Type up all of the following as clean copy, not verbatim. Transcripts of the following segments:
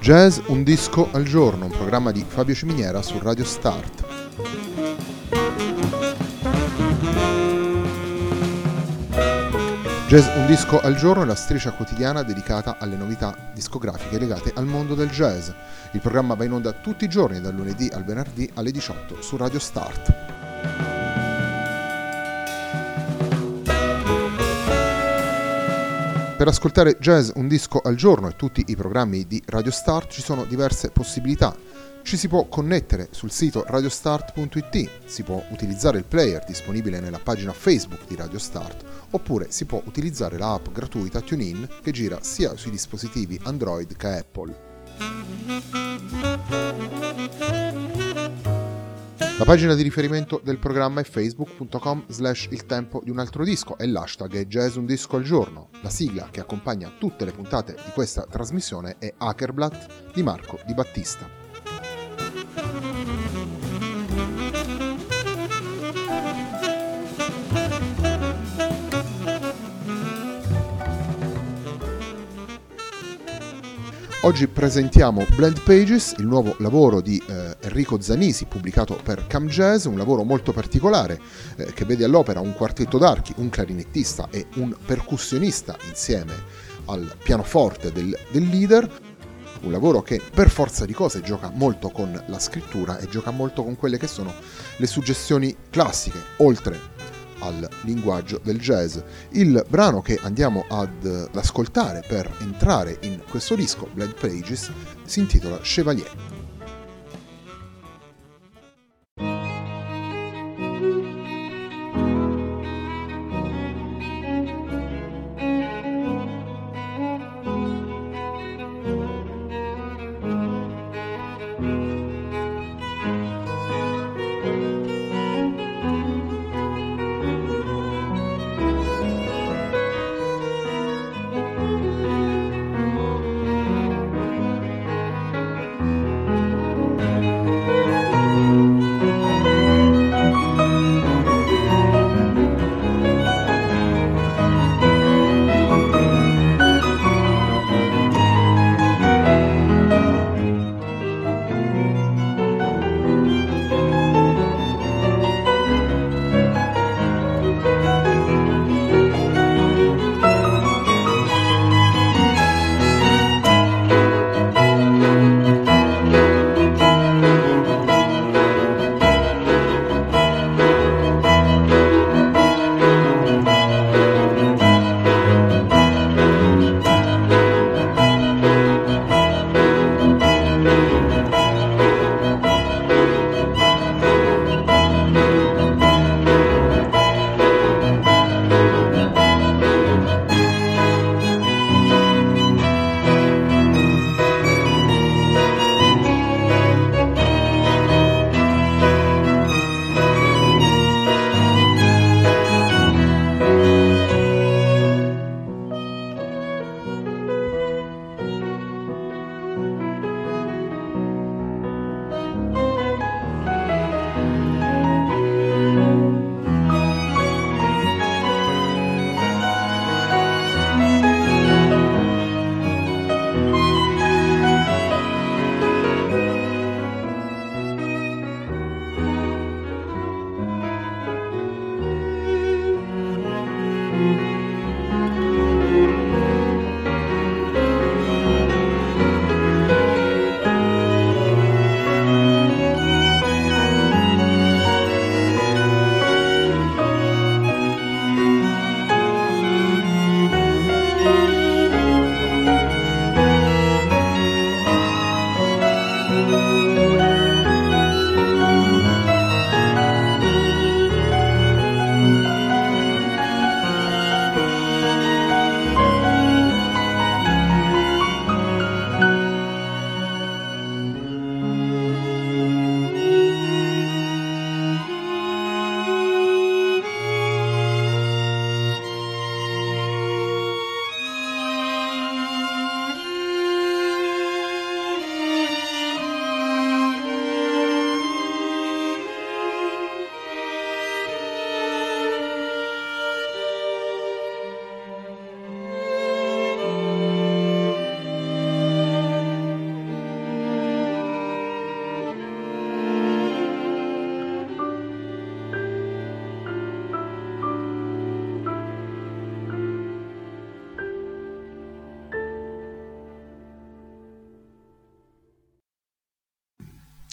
Jazz un disco al giorno, un programma di Fabio Ciminiera su Radio Start. Jazz un disco al giorno è la striscia quotidiana dedicata alle novità discografiche legate al mondo del jazz. Il programma va in onda tutti i giorni, dal lunedì al venerdì alle 18 su Radio Start. Per ascoltare Jazz un disco al giorno e tutti i programmi di Radio Start ci sono diverse possibilità. Ci si può connettere sul sito radiostart.it, si può utilizzare il player disponibile nella pagina Facebook di Radio Start, oppure si può utilizzare la app gratuita TuneIn che gira sia sui dispositivi Android che Apple. La pagina di riferimento del programma è facebook.com/il tempo di un altro disco e l'hashtag è Jazz un disco al giorno. La sigla che accompagna tutte le puntate di questa trasmissione è Hackerblatt di Marco Di Battista. Oggi presentiamo Blend Pages, il nuovo lavoro di Enrico Zanisi pubblicato per Cam Jazz, un lavoro molto particolare che vede all'opera un quartetto d'archi, un clarinettista e un percussionista insieme al pianoforte del leader. Un lavoro che per forza di cose gioca molto con la scrittura e gioca molto con quelle che sono le suggestioni classiche, oltre al linguaggio del jazz. Il brano che andiamo ad ascoltare per entrare in questo disco, Blend Pages, si intitola Chevalier.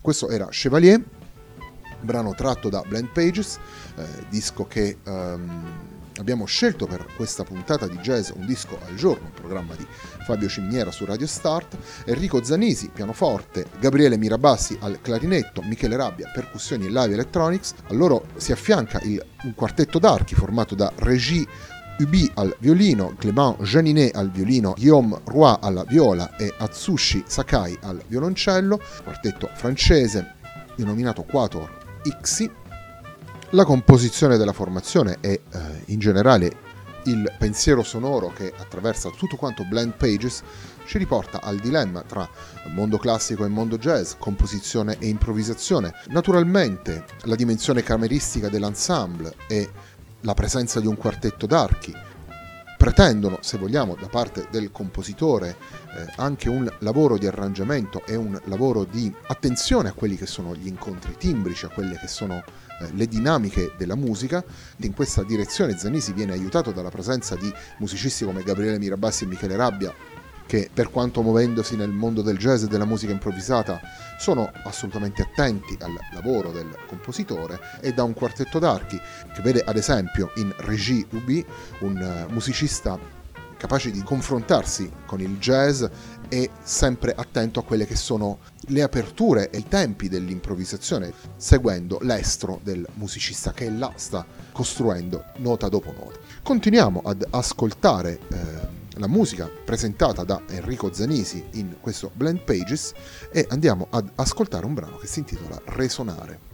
Questo era Chevalier, brano tratto da Blank Pages, disco che abbiamo scelto per questa puntata di Jazz Un disco al giorno, un programma di Fabio Ciminiera su Radio Start. Enrico Zanisi, pianoforte, Gabriele Mirabassi al clarinetto, Michele Rabbia, percussioni e live electronics. A loro si affianca un quartetto d'archi formato da Régis Ubi al violino, Clément Janinet al violino, Guillaume Roy alla viola e Atsushi Sakai al violoncello, quartetto francese denominato Quatuor Ixi. La composizione della formazione e in generale il pensiero sonoro che attraversa tutto quanto Blank Pages ci riporta al dilemma tra mondo classico e mondo jazz, composizione e improvvisazione. Naturalmente la dimensione cameristica dell'ensemble e la presenza di un quartetto d'archi pretendono, se vogliamo, da parte del compositore anche un lavoro di arrangiamento e un lavoro di attenzione a quelli che sono gli incontri timbrici, a quelle che sono le dinamiche della musica. In questa direzione Zanisi viene aiutato dalla presenza di musicisti come Gabriele Mirabassi e Michele Rabbia, che per quanto muovendosi nel mondo del jazz e della musica improvvisata sono assolutamente attenti al lavoro del compositore, e da un quartetto d'archi che vede ad esempio in Régis Ubi un musicista capace di confrontarsi con il jazz e sempre attento a quelle che sono le aperture e i tempi dell'improvvisazione, seguendo l'estro del musicista che là sta costruendo nota dopo nota. Continuiamo ad ascoltare la musica presentata da Enrico Zanisi in questo Blank Pages e andiamo ad ascoltare un brano che si intitola Resonare.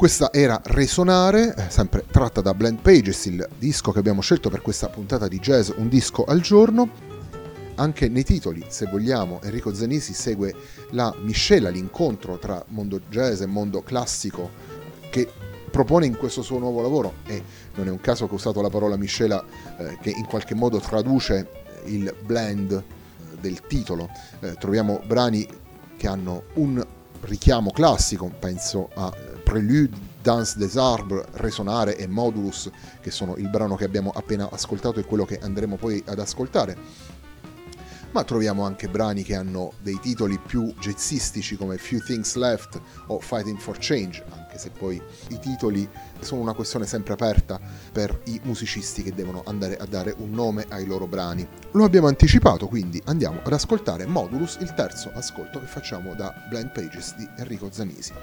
Questa era Resonare, sempre tratta da Blank Pages, il disco che abbiamo scelto per questa puntata di Jazz Un disco al giorno. Anche nei titoli, se vogliamo, Enrico Zanisi segue la miscela, l'incontro tra mondo jazz e mondo classico che propone in questo suo nuovo lavoro, e non è un caso che ho usato la parola miscela che in qualche modo traduce il blend del titolo. Troviamo brani che hanno un richiamo classico, penso a Prelude, Danse des Arbres, Resonare e Modulus, che sono il brano che abbiamo appena ascoltato e quello che andremo poi ad ascoltare. Ma troviamo anche brani che hanno dei titoli più jazzistici come Few Things Left o Fighting for Change, anche se poi i titoli sono una questione sempre aperta per i musicisti che devono andare a dare un nome ai loro brani. Lo abbiamo anticipato, quindi andiamo ad ascoltare Modulus, il terzo ascolto che facciamo da Blank Pages di Enrico Zanisi.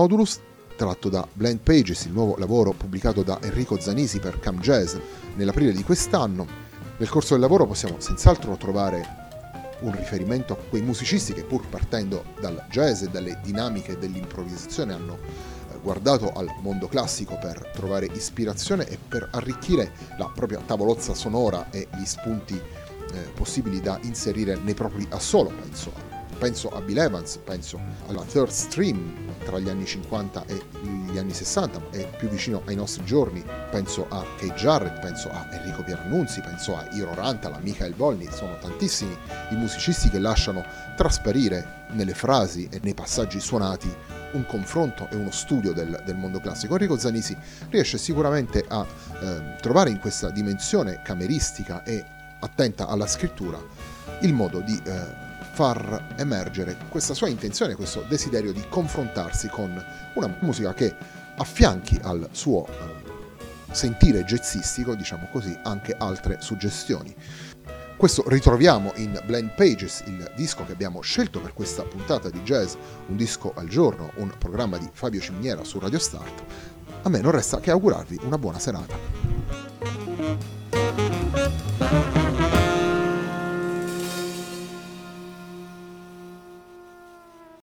Modulus, tratto da Blank Pages, il nuovo lavoro pubblicato da Enrico Zanisi per Come Jazz nell'aprile di quest'anno. Nel corso del lavoro possiamo senz'altro trovare un riferimento a quei musicisti che, pur partendo dal jazz e dalle dinamiche dell'improvvisazione, hanno guardato al mondo classico per trovare ispirazione e per arricchire la propria tavolozza sonora e gli spunti possibili da inserire nei propri assolo. Penso a Bill Evans, penso alla Third Stream tra gli anni 50 e gli anni 60 e più vicino ai nostri giorni, penso a Keith Jarrett, penso a Enrico Pierannunzi, penso a Iro Rantal, a Michael Bolny. Sono tantissimi i musicisti che lasciano trasparire nelle frasi e nei passaggi suonati un confronto e uno studio del mondo classico. Enrico Zanisi riesce sicuramente a trovare in questa dimensione cameristica e attenta alla scrittura il modo di far emergere questa sua intenzione, questo desiderio di confrontarsi con una musica che affianchi al suo sentire jazzistico, diciamo così, anche altre suggestioni. Questo ritroviamo in Blank Pages, il disco che abbiamo scelto per questa puntata di Jazz, un disco al giorno, un programma di Fabio Ciminiera su Radio Start. A me non resta che augurarvi una buona serata.